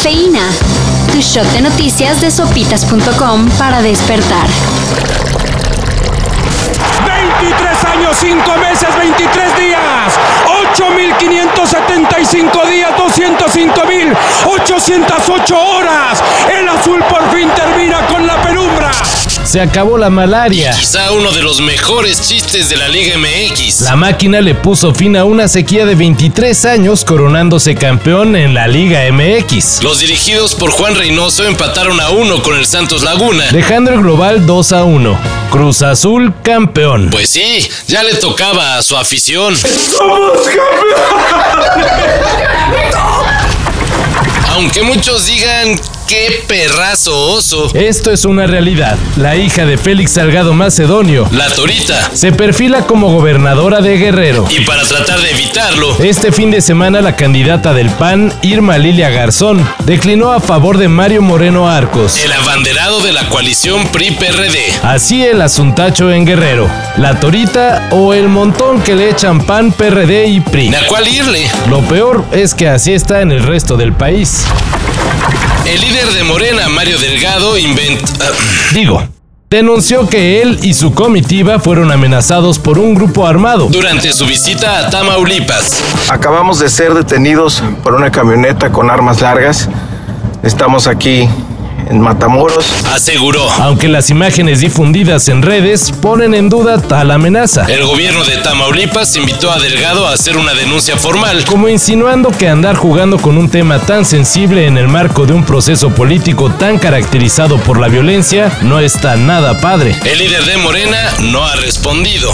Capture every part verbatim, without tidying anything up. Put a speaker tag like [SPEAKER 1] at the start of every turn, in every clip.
[SPEAKER 1] Cafeína, tu shot de noticias de sopitas punto com para despertar.
[SPEAKER 2] veintitrés años, cinco meses, veintitrés días, ocho mil quinientos setenta y cinco días, doscientos cinco mil ochocientas ocho horas. El azul por fin termina con la penumbra.
[SPEAKER 3] Se acabó la malaria.
[SPEAKER 4] Y quizá uno de los mejores chistes de la Liga M X.
[SPEAKER 3] La máquina le puso fin a una sequía de veintitrés años, coronándose campeón en la Liga M X.
[SPEAKER 4] Los dirigidos por Juan Reynoso empataron a uno con el Santos Laguna,
[SPEAKER 3] dejando el global dos a uno. Cruz Azul campeón.
[SPEAKER 4] Pues sí, ya le tocaba a su afición.
[SPEAKER 2] ¡Somos campeones!
[SPEAKER 4] Aunque muchos digan ¡qué perrazo oso!
[SPEAKER 3] Esto es una realidad. La hija de Félix Salgado Macedonio,
[SPEAKER 4] la Torita,
[SPEAKER 3] se perfila como gobernadora de Guerrero.
[SPEAKER 4] Y para tratar de evitarlo,
[SPEAKER 3] este fin de semana la candidata del P A N, Irma Lilia Garzón, declinó a favor de Mario Moreno Arcos,
[SPEAKER 4] el abanderado de la coalición P R I P R D.
[SPEAKER 3] Así el asuntacho en Guerrero. La Torita o el montón que le echan P A N, P R D y P R I.
[SPEAKER 4] ¿A cuál irle?
[SPEAKER 3] Lo peor es que así está en el resto del país.
[SPEAKER 4] El líder de Morena, Mario Delgado, inventó...
[SPEAKER 3] Digo, denunció que él y su comitiva fueron amenazados por un grupo armado
[SPEAKER 4] durante su visita a Tamaulipas.
[SPEAKER 5] Acabamos de ser detenidos por una camioneta con armas largas. Estamos aquí en Matamoros,
[SPEAKER 4] aseguró.
[SPEAKER 3] Aunque las imágenes difundidas en redes ponen en duda tal amenaza.
[SPEAKER 4] El gobierno de Tamaulipas invitó a Delgado a hacer una denuncia formal,
[SPEAKER 3] como insinuando que andar jugando con un tema tan sensible en el marco de un proceso político tan caracterizado por la violencia no está nada padre.
[SPEAKER 4] El líder de Morena no ha respondido.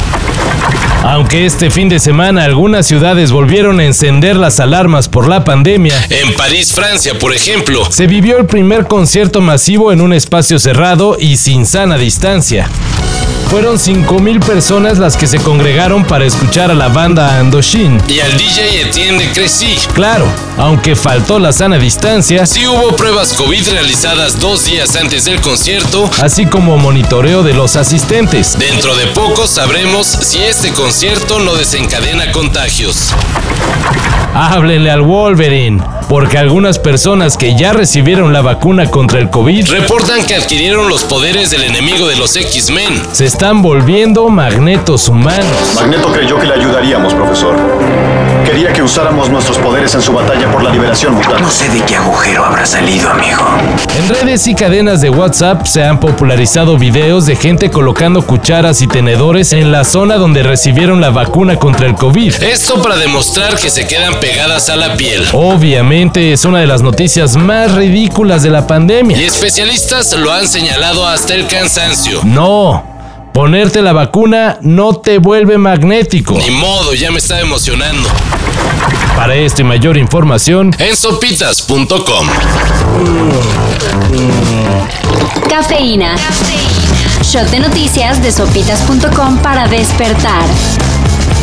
[SPEAKER 3] Aunque este fin de semana algunas ciudades volvieron a encender las alarmas por la pandemia.
[SPEAKER 4] En París, Francia, por ejemplo,
[SPEAKER 3] se vivió el primer concierto masivo en un espacio cerrado y sin sana distancia. Fueron cinco mil personas las que se congregaron para escuchar a la banda Indochine
[SPEAKER 4] y al D J Etienne de Crecy.
[SPEAKER 3] Claro, aunque faltó la sana distancia,
[SPEAKER 4] sí hubo pruebas COVID realizadas dos días antes del concierto,
[SPEAKER 3] así como monitoreo de los asistentes.
[SPEAKER 4] Dentro de poco sabremos si este concierto no desencadena contagios.
[SPEAKER 3] Háblenle al Wolverine, porque algunas personas que ya recibieron la vacuna contra el COVID
[SPEAKER 4] reportan que adquirieron los poderes del enemigo de los X-Men.
[SPEAKER 3] Se están volviendo magnetos humanos.
[SPEAKER 6] Magneto creyó que le ayudaríamos, profesor. Quería que usáramos nuestros poderes en su batalla por la liberación mutante.
[SPEAKER 7] No sé de qué agujero habrá salido, amigo.
[SPEAKER 3] En redes y cadenas de WhatsApp se han popularizado videos de gente colocando cucharas y tenedores en la zona donde recibieron la vacuna contra el COVID.
[SPEAKER 4] Esto para demostrar que se quedan pegadas a la piel.
[SPEAKER 3] Obviamente es una de las noticias más ridículas de la pandemia.
[SPEAKER 4] Y especialistas lo han señalado hasta el cansancio.
[SPEAKER 3] No. Ponerte la vacuna no te vuelve magnético.
[SPEAKER 4] Ni modo, ya me está emocionando.
[SPEAKER 3] Para esto y mayor información
[SPEAKER 4] en sopitas punto com.
[SPEAKER 1] Cafeína. Shot de noticias de sopitas punto com para despertar.